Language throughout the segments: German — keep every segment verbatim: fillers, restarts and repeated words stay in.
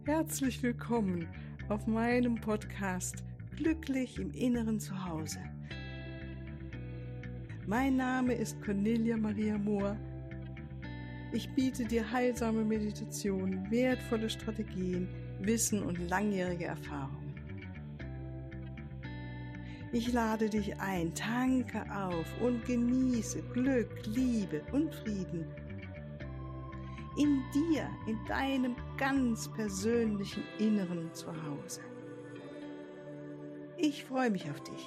Herzlich willkommen auf meinem Podcast Glücklich im Inneren Zuhause. Mein Name ist Cornelia Maria Mohr. Ich biete dir heilsame Meditationen, wertvolle Strategien, Wissen und langjährige Erfahrung. Ich lade dich ein, tanke auf und genieße Glück, Liebe und Frieden. In dir, in deinem ganz persönlichen Inneren Zuhause. Ich freue mich auf dich.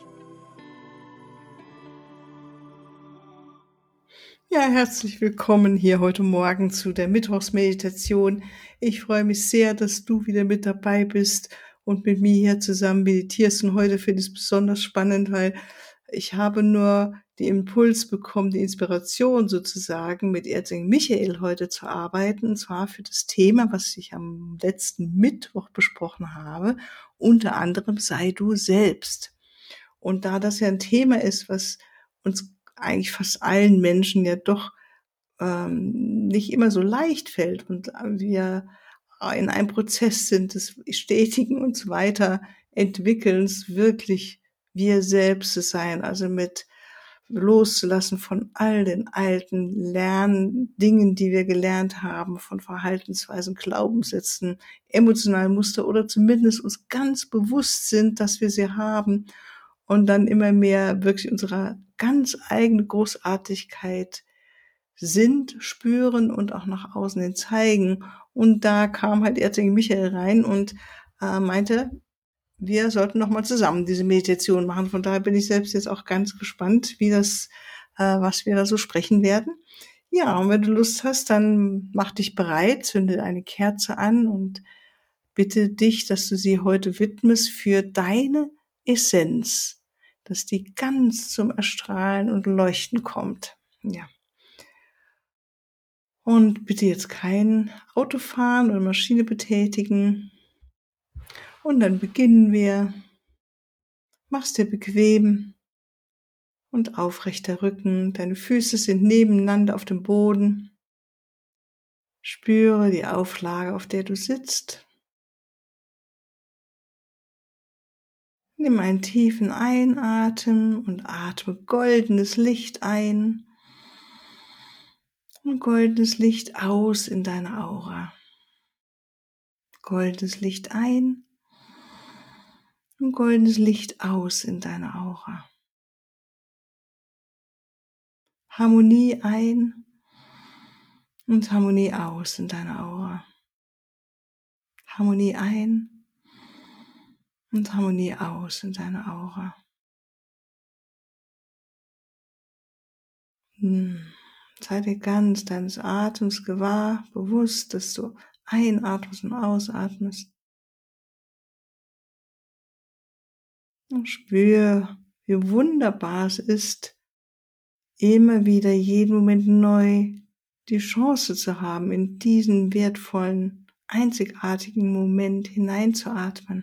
Ja, herzlich willkommen hier heute Morgen zu der Mittwochsmeditation. Ich freue mich sehr, dass du wieder mit dabei bist und mit mir hier zusammen meditierst. Und heute finde ich es besonders spannend, weil ich habe nur den Impuls bekommen, die Inspiration sozusagen, mit Erzengel Michael heute zu arbeiten, und zwar für das Thema, was ich am letzten Mittwoch besprochen habe, unter anderem sei du selbst. Und da das ja ein Thema ist, was uns eigentlich fast allen Menschen ja doch ähm, nicht immer so leicht fällt und wir in einem Prozess sind des Stetigen und so weiter Entwickelns, wirklich wir selbst zu sein, also mit loszulassen von all den alten Lerndingen, die wir gelernt haben, von Verhaltensweisen, Glaubenssätzen, emotionalen Muster oder zumindest uns ganz bewusst sind, dass wir sie haben und dann immer mehr wirklich unserer ganz eigene Großartigkeit sind, spüren und auch nach außen hin zeigen. Und da kam halt Erzengel Michael rein und äh, meinte, wir sollten noch mal zusammen diese Meditation machen. Von daher bin ich selbst jetzt auch ganz gespannt, wie das, äh, was wir da so sprechen werden. Ja, und wenn du Lust hast, dann mach dich bereit, zünde eine Kerze an und bitte dich, dass du sie heute widmest für deine Essenz, dass die ganz zum Erstrahlen und Leuchten kommt. Ja. Und bitte jetzt kein Auto fahren oder Maschine betätigen. Und dann beginnen wir. Mach's dir bequem und aufrechter Rücken. Deine Füße sind nebeneinander auf dem Boden. Spüre die Auflage, auf der du sitzt. Nimm einen tiefen Einatmen und atme goldenes Licht ein und goldenes Licht aus in deine Aura. Goldenes Licht ein und goldenes Licht aus in deine Aura. Harmonie ein und Harmonie aus in deine Aura. Harmonie ein und Harmonie aus in deine Aura. Hm. Sei dir ganz deines Atems gewahr, bewusst, dass du einatmest und ausatmest. Und spür, wie wunderbar es ist, immer wieder jeden Moment neu die Chance zu haben, in diesen wertvollen, einzigartigen Moment hineinzuatmen.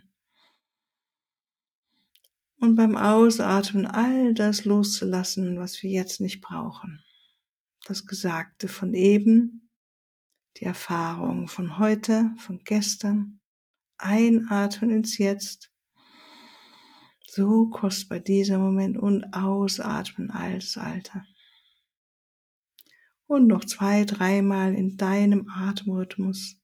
Und beim Ausatmen all das loszulassen, was wir jetzt nicht brauchen. Das Gesagte von eben, die Erfahrung von heute, von gestern, einatmen ins Jetzt, so kostbar dieser Moment und ausatmen alles Alte. Und noch zwei, dreimal in deinem Atemrhythmus.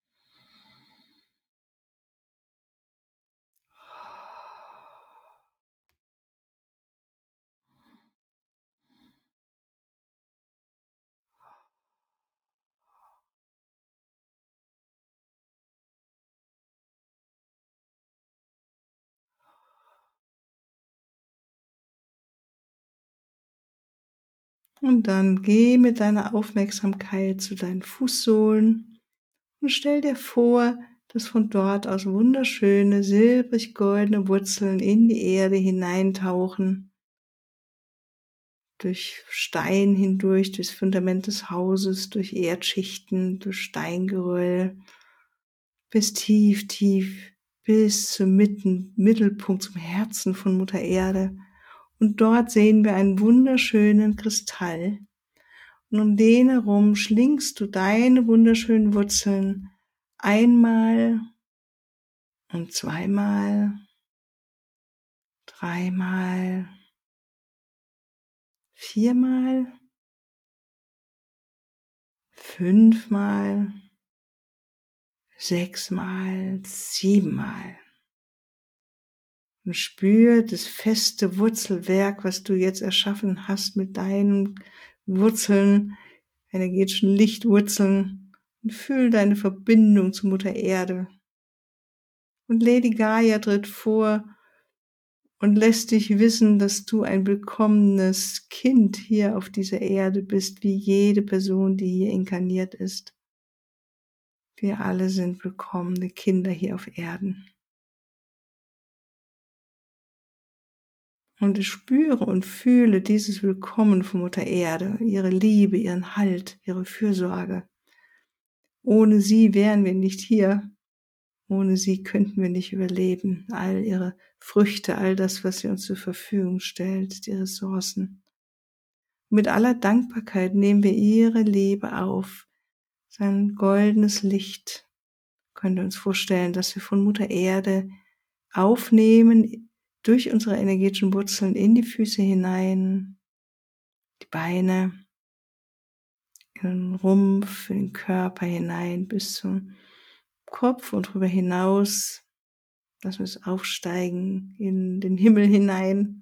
Und dann geh mit deiner Aufmerksamkeit zu deinen Fußsohlen und stell dir vor, dass von dort aus wunderschöne, silbrig-goldene Wurzeln in die Erde hineintauchen, durch Stein hindurch, durchs Fundament des Hauses, durch Erdschichten, durch Steingeröll, bis tief, tief, bis zum Mitten, Mittelpunkt, zum Herzen von Mutter Erde. Und dort sehen wir einen wunderschönen Kristall. Und um den herum schlingst du deine wunderschönen Wurzeln einmal und zweimal, dreimal, viermal, fünfmal, sechsmal, siebenmal. Und spür das feste Wurzelwerk, was du jetzt erschaffen hast mit deinen Wurzeln, energetischen Lichtwurzeln. Und fühl deine Verbindung zu Mutter Erde. Und Lady Gaia tritt vor und lässt dich wissen, dass du ein willkommenes Kind hier auf dieser Erde bist, wie jede Person, die hier inkarniert ist. Wir alle sind willkommene Kinder hier auf Erden. Und ich spüre und fühle dieses Willkommen von Mutter Erde, ihre Liebe, ihren Halt, ihre Fürsorge. Ohne sie wären wir nicht hier. Ohne sie könnten wir nicht überleben. All ihre Früchte, all das, was sie uns zur Verfügung stellt, die Ressourcen. Mit aller Dankbarkeit nehmen wir ihre Liebe auf. Sein goldenes Licht. Können wir uns vorstellen, dass wir von Mutter Erde aufnehmen, durch unsere energetischen Wurzeln in die Füße hinein, die Beine, in den Rumpf, in den Körper hinein, bis zum Kopf und darüber hinaus. Lassen wir es aufsteigen in den Himmel hinein.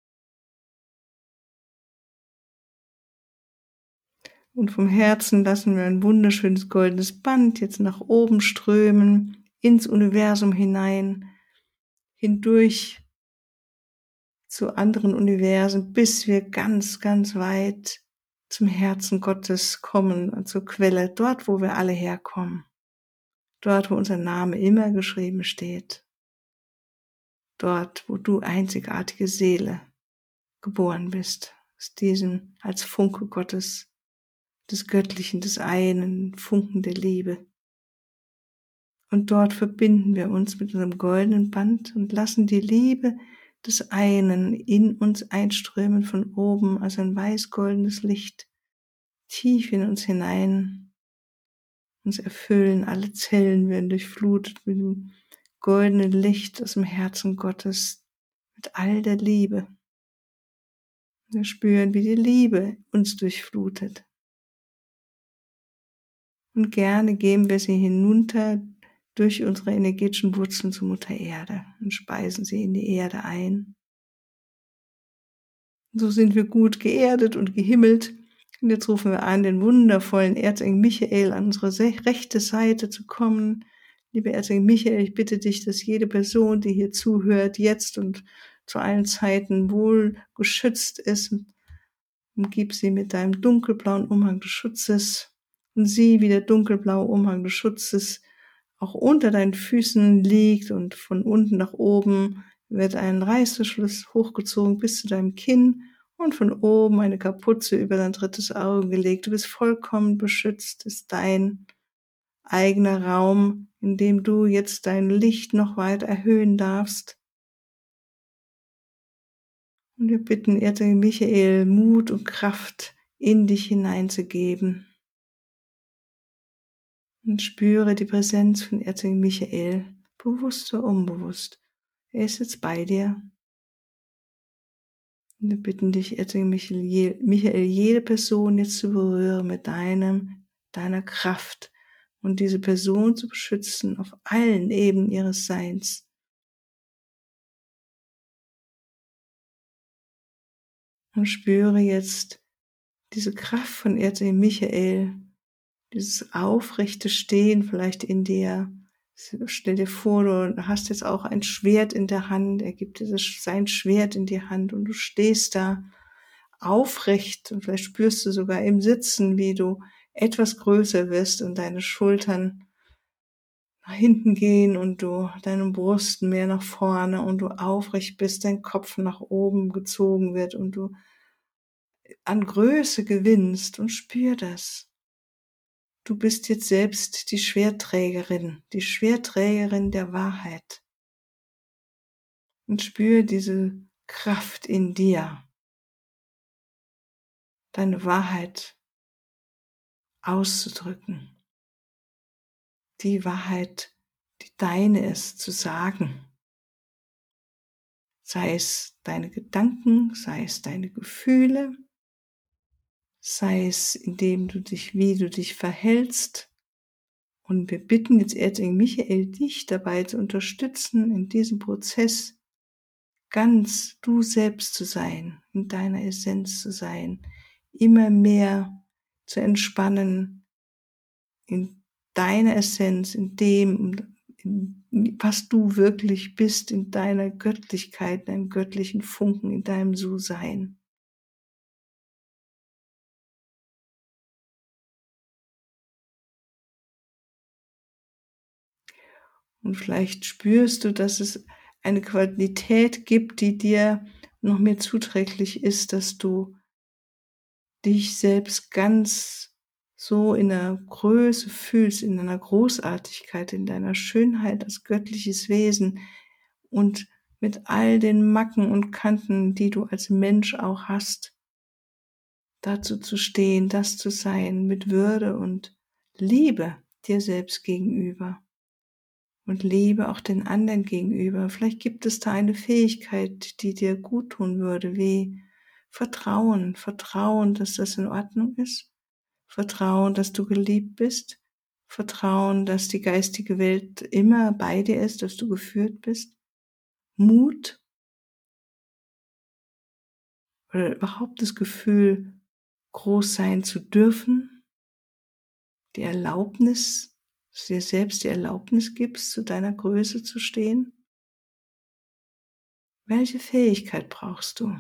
Und vom Herzen lassen wir ein wunderschönes goldenes Band jetzt nach oben strömen, ins Universum hinein, hindurch zu anderen Universen, bis wir ganz, ganz weit zum Herzen Gottes kommen, zur Quelle, dort, wo wir alle herkommen. Dort, wo unser Name immer geschrieben steht. Dort, wo du einzigartige Seele geboren bist, aus diesem als Funke Gottes, des Göttlichen, des einen, Funken der Liebe. Und dort verbinden wir uns mit unserem goldenen Band und lassen die Liebe des einen in uns einströmen von oben als ein weiß-goldenes Licht tief in uns hinein, uns erfüllen, alle Zellen werden durchflutet mit dem goldenen Licht aus dem Herzen Gottes, mit all der Liebe. Wir spüren, wie die Liebe uns durchflutet. Und gerne geben wir sie hinunter durch unsere energetischen Wurzeln zu Mutter Erde und speisen sie in die Erde ein. So sind wir gut geerdet und gehimmelt. Und jetzt rufen wir an, den wundervollen Erzengel Michael an unsere rechte Seite zu kommen. Lieber Erzengel Michael, ich bitte dich, dass jede Person, die hier zuhört, jetzt und zu allen Zeiten wohl geschützt ist. Umgib sie mit deinem dunkelblauen Umhang des Schutzes und sieh, wie der dunkelblaue Umhang des Schutzes auch unter deinen Füßen liegt und von unten nach oben wird ein Reißverschluss hochgezogen bis zu deinem Kinn und von oben eine Kapuze über dein drittes Auge gelegt. Du bist vollkommen beschützt, ist dein eigener Raum, in dem du jetzt dein Licht noch weiter erhöhen darfst. Und wir bitten Erzengel Michael, Mut und Kraft in dich hineinzugeben. Und spüre die Präsenz von Erzengel Michael, bewusst oder unbewusst. Er ist jetzt bei dir. Und wir bitten dich, Erzengel Michael, Michael, jede Person jetzt zu berühren mit deinem, deiner Kraft und diese Person zu beschützen auf allen Ebenen ihres Seins. Und spüre jetzt diese Kraft von Erzengel Michael, dieses aufrechte Stehen vielleicht in dir. Stell dir vor, du hast jetzt auch ein Schwert in der Hand, er gibt dir sein Schwert in die Hand und du stehst da aufrecht und vielleicht spürst du sogar im Sitzen, wie du etwas größer wirst und deine Schultern nach hinten gehen und du deine Brust mehr nach vorne und du aufrecht bist, dein Kopf nach oben gezogen wird und du an Größe gewinnst und spür das. Du bist jetzt selbst die Schwertträgerin, die Schwertträgerin der Wahrheit. Und spür diese Kraft in dir, deine Wahrheit auszudrücken, die Wahrheit die deine ist, zu sagen. Sei es deine Gedanken, sei es deine Gefühle, sei es indem du dich, wie du dich verhältst. Und wir bitten jetzt Erzengel Michael, dich dabei zu unterstützen, in diesem Prozess ganz du selbst zu sein, in deiner Essenz zu sein, immer mehr zu entspannen, in deiner Essenz, in dem, in, was du wirklich bist, in deiner Göttlichkeit, deinem göttlichen Funken, in deinem So-Sein. Und vielleicht spürst du, dass es eine Qualität gibt, die dir noch mehr zuträglich ist, dass du dich selbst ganz so in einer Größe fühlst, in einer Großartigkeit, in deiner Schönheit als göttliches Wesen und mit all den Macken und Kanten, die du als Mensch auch hast, dazu zu stehen, das zu sein, mit Würde und Liebe dir selbst gegenüber und Liebe auch den anderen gegenüber. Vielleicht gibt es da eine Fähigkeit, die dir gut tun würde, wie Vertrauen, Vertrauen, dass das in Ordnung ist, Vertrauen, dass du geliebt bist, Vertrauen, dass die geistige Welt immer bei dir ist, dass du geführt bist, Mut oder überhaupt das Gefühl, groß sein zu dürfen, die Erlaubnis, dass du dir selbst die Erlaubnis gibst, zu deiner Größe zu stehen. Welche Fähigkeit brauchst du?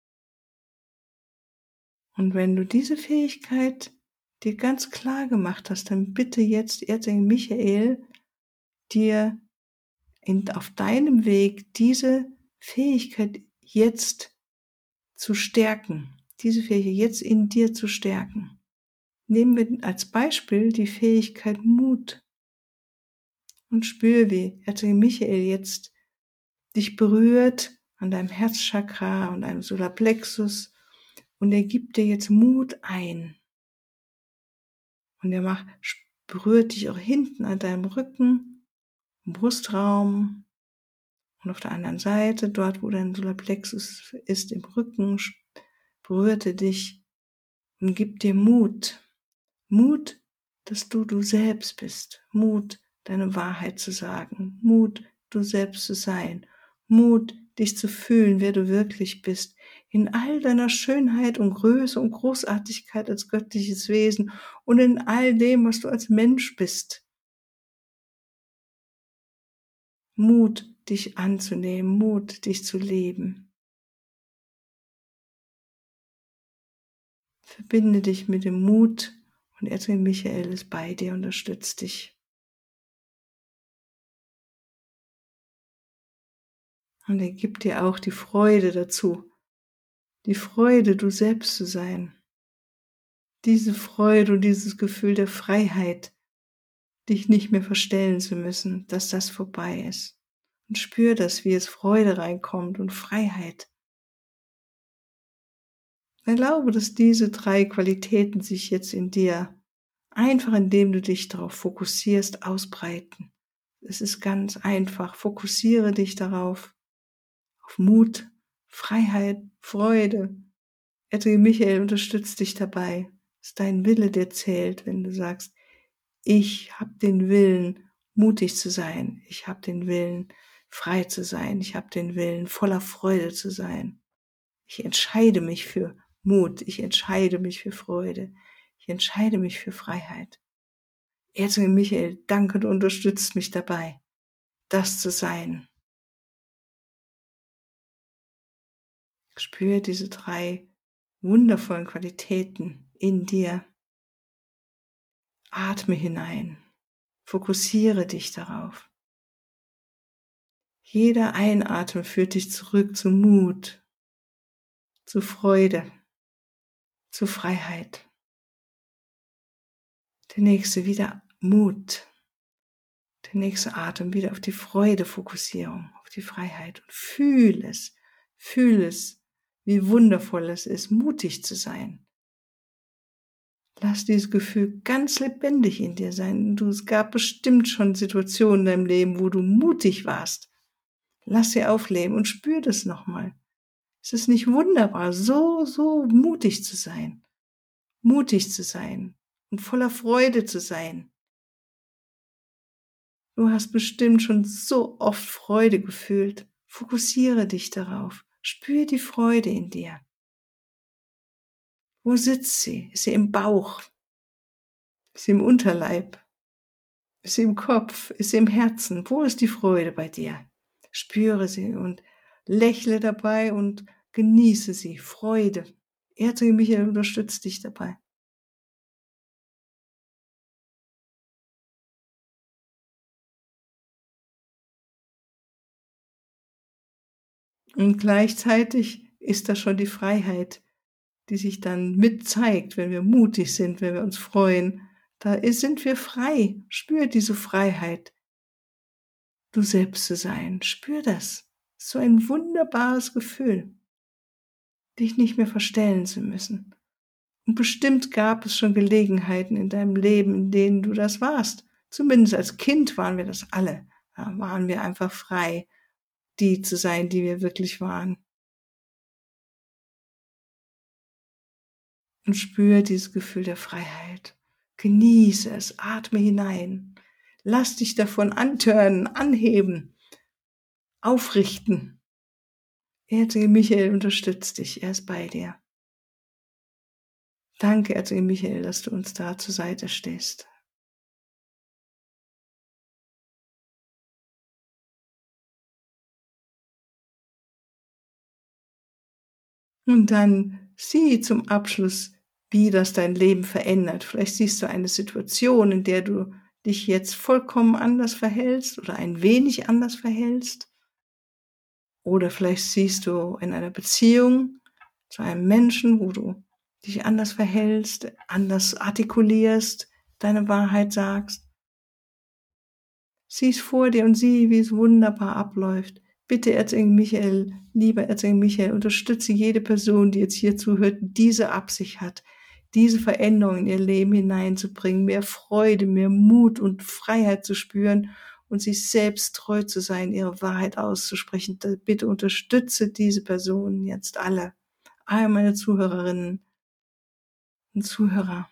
Und wenn du diese Fähigkeit dir ganz klar gemacht hast, dann bitte jetzt Erzengel Michael, dir in, auf deinem Weg diese Fähigkeit jetzt zu stärken, diese Fähigkeit jetzt in dir zu stärken. Nehmen wir als Beispiel die Fähigkeit Mut und spür, wie Erzengel Michael jetzt dich berührt an deinem Herzchakra und deinem Solarplexus und er gibt dir jetzt Mut ein. Und er macht, berührt dich auch hinten an deinem Rücken, im Brustraum und auf der anderen Seite, dort wo dein Solarplexus ist, im Rücken, berührt er dich und gibt dir Mut. Mut, dass du du selbst bist. Mut, deine Wahrheit zu sagen. Mut, du selbst zu sein. Mut, dich zu fühlen, wer du wirklich bist. In all deiner Schönheit und Größe und Großartigkeit als göttliches Wesen und in all dem, was du als Mensch bist. Mut, dich anzunehmen. Mut, dich zu leben. Verbinde dich mit dem Mut und Erzengel Michael ist bei dir, unterstützt dich. Und er gibt dir auch die Freude dazu, die Freude, du selbst zu sein. Diese Freude und dieses Gefühl der Freiheit, dich nicht mehr verstellen zu müssen, dass das vorbei ist. Und spür das, wie es Freude reinkommt und Freiheit. Erlaube, dass diese drei Qualitäten sich jetzt in dir, einfach indem du dich darauf fokussierst, ausbreiten. Es ist ganz einfach. Fokussiere dich darauf, auf Mut, Freiheit, Freude. Erzengel Michael unterstützt dich dabei. Es ist dein Wille, der zählt, wenn du sagst, ich habe den Willen, mutig zu sein. Ich habe den Willen, frei zu sein. Ich habe den Willen, voller Freude zu sein. Ich entscheide mich für Mut. Ich entscheide mich für Freude. Ich entscheide mich für Freiheit. Erzengel Michael, danke und unterstützt mich dabei, das zu sein. Spüre diese drei wundervollen Qualitäten in dir. Atme hinein. Fokussiere dich darauf. Jeder Einatmen führt dich zurück zu Mut, zu Freude, zu Freiheit. Der nächste wieder Mut. Der nächste Atem wieder auf die Freude-Fokussierung, auf die Freiheit. Und fühl es, fühl es, wie wundervoll es ist, mutig zu sein. Lass dieses Gefühl ganz lebendig in dir sein. Du, es gab bestimmt schon Situationen in deinem Leben, wo du mutig warst. Lass sie aufleben und spür das nochmal. Es ist nicht wunderbar, so, so mutig zu sein. Mutig zu sein und voller Freude zu sein. Du hast bestimmt schon so oft Freude gefühlt. Fokussiere dich darauf. Spür die Freude in dir. Wo sitzt sie? Ist sie im Bauch? Ist sie im Unterleib? Ist sie im Kopf? Ist sie im Herzen? Wo ist die Freude bei dir? Spüre sie und lächle dabei und genieße sie. Freude. Erzengel Michael unterstützt dich dabei. Und gleichzeitig ist das schon die Freiheit, die sich dann mit zeigt, wenn wir mutig sind, wenn wir uns freuen. Da ist, sind wir frei. Spür diese Freiheit, du selbst zu sein. Spür das. So ein wunderbares Gefühl, dich nicht mehr verstellen zu müssen. Und bestimmt gab es schon Gelegenheiten in deinem Leben, in denen du das warst. Zumindest als Kind waren wir das alle. Da waren wir einfach frei, die zu sein, die wir wirklich waren. Und spür dieses Gefühl der Freiheit. Genieße es, atme hinein. Lass dich davon antörnen, anheben, aufrichten. Erzengel Michael unterstützt dich, er ist bei dir. Danke, Erzengel Michael, dass du uns da zur Seite stehst. Und dann sieh zum Abschluss, wie das dein Leben verändert. Vielleicht siehst du eine Situation, in der du dich jetzt vollkommen anders verhältst oder ein wenig anders verhältst. Oder vielleicht siehst du in einer Beziehung zu einem Menschen, wo du dich anders verhältst, anders artikulierst, deine Wahrheit sagst. Sieh es vor dir und sieh, wie es wunderbar abläuft. Bitte, Erzengel Michael, lieber Erzengel Michael, unterstütze jede Person, die jetzt hier zuhört, diese Absicht hat, diese Veränderung in ihr Leben hineinzubringen, mehr Freude, mehr Mut und Freiheit zu spüren und sich selbst treu zu sein, ihre Wahrheit auszusprechen. Bitte unterstütze diese Personen jetzt alle, all meine Zuhörerinnen und Zuhörer.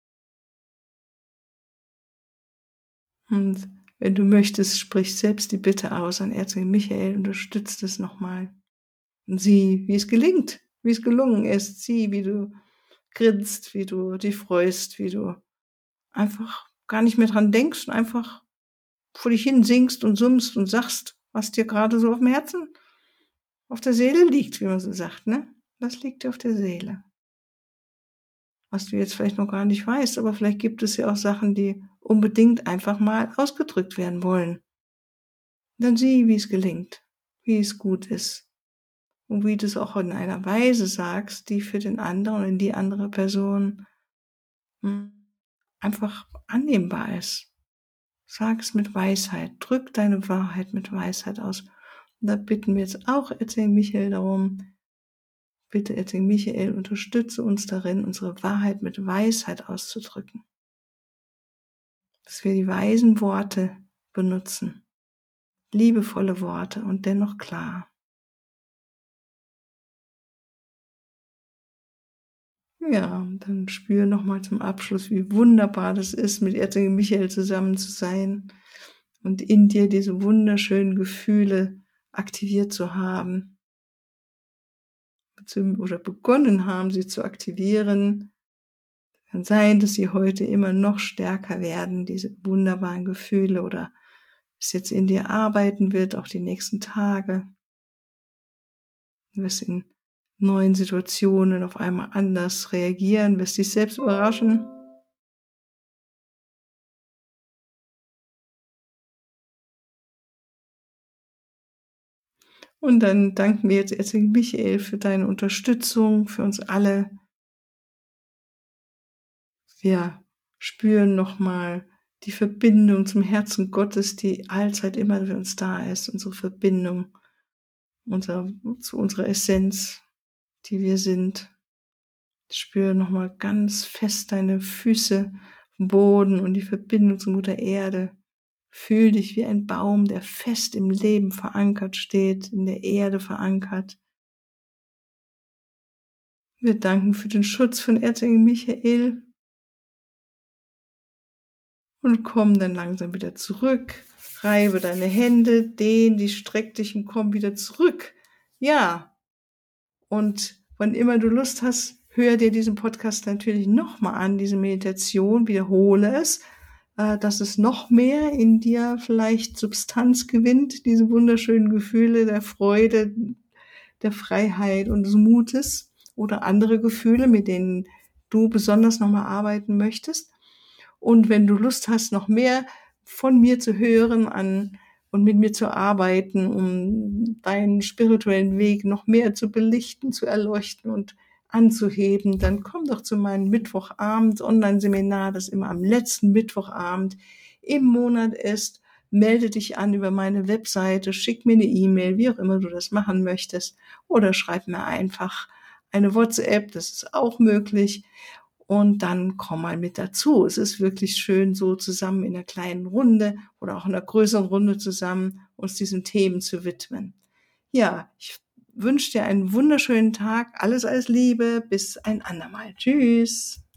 Und wenn du möchtest, sprich selbst die Bitte aus an Erzengel Michael, unterstützt es nochmal. Und sieh, wie es gelingt, wie es gelungen ist. Sieh, wie du grinst, wie du dich freust, wie du einfach gar nicht mehr dran denkst und einfach vor dich hin singst und summst und sagst, was dir gerade so auf dem Herzen, auf der Seele liegt, wie man so sagt, ne? Das liegt dir auf der Seele. Was du jetzt vielleicht noch gar nicht weißt, aber vielleicht gibt es ja auch Sachen, die unbedingt einfach mal ausgedrückt werden wollen. Dann sieh, wie es gelingt, wie es gut ist. Und wie du es auch in einer Weise sagst, die für den anderen und die andere Person hm, einfach annehmbar ist. Sag es mit Weisheit, drück deine Wahrheit mit Weisheit aus. Und da bitten wir jetzt auch Erzengel Michael darum, bitte Erzengel Michael, unterstütze uns darin, unsere Wahrheit mit Weisheit auszudrücken. Dass wir die weisen Worte benutzen, liebevolle Worte und dennoch klar. Ja, dann spür nochmal zum Abschluss, wie wunderbar das ist, mit Erzengel Michael zusammen zu sein und in dir diese wunderschönen Gefühle aktiviert zu haben oder begonnen haben, sie zu aktivieren. Kann sein, dass sie heute immer noch stärker werden, diese wunderbaren Gefühle, oder es jetzt in dir arbeiten wird, auch die nächsten Tage. Du wirst in neuen Situationen auf einmal anders reagieren, wirst dich selbst überraschen. Und dann danken wir jetzt Erzengel Michael für deine Unterstützung, für uns alle. Wir spüren nochmal die Verbindung zum Herzen Gottes, die allzeit immer für uns da ist, unsere Verbindung unser, zu unserer Essenz, die wir sind, Spüre nochmal ganz fest deine Füße am Boden und die Verbindung zur Mutter Erde. Fühl dich wie ein Baum, der fest im Leben verankert steht, in der Erde verankert. Wir danken für den Schutz von Erzengel Michael und komm dann langsam wieder zurück. Reibe deine Hände, dehn die, streck dich und komm wieder zurück. Ja, und wann immer du Lust hast, hör dir diesen Podcast natürlich nochmal an, diese Meditation, wiederhole es, äh, dass es noch mehr in dir vielleicht Substanz gewinnt, diese wunderschönen Gefühle der Freude, der Freiheit und des Mutes oder andere Gefühle, mit denen du besonders nochmal arbeiten möchtest. Und wenn du Lust hast, noch mehr von mir zu hören an und mit mir zu arbeiten, um deinen spirituellen Weg noch mehr zu belichten, zu erleuchten und anzuheben, dann komm doch zu meinem Mittwochabend-Online-Seminar, das immer am letzten Mittwochabend im Monat ist. Melde dich an über meine Webseite, schick mir eine E-Mail, wie auch immer du das machen möchtest, oder schreib mir einfach eine WhatsApp, das ist auch möglich. Und dann komm mal mit dazu. Es ist wirklich schön, so zusammen in einer kleinen Runde oder auch in einer größeren Runde zusammen uns diesen Themen zu widmen. Ja, ich wünsche dir einen wunderschönen Tag. Alles, alles Liebe. Bis ein andermal. Tschüss.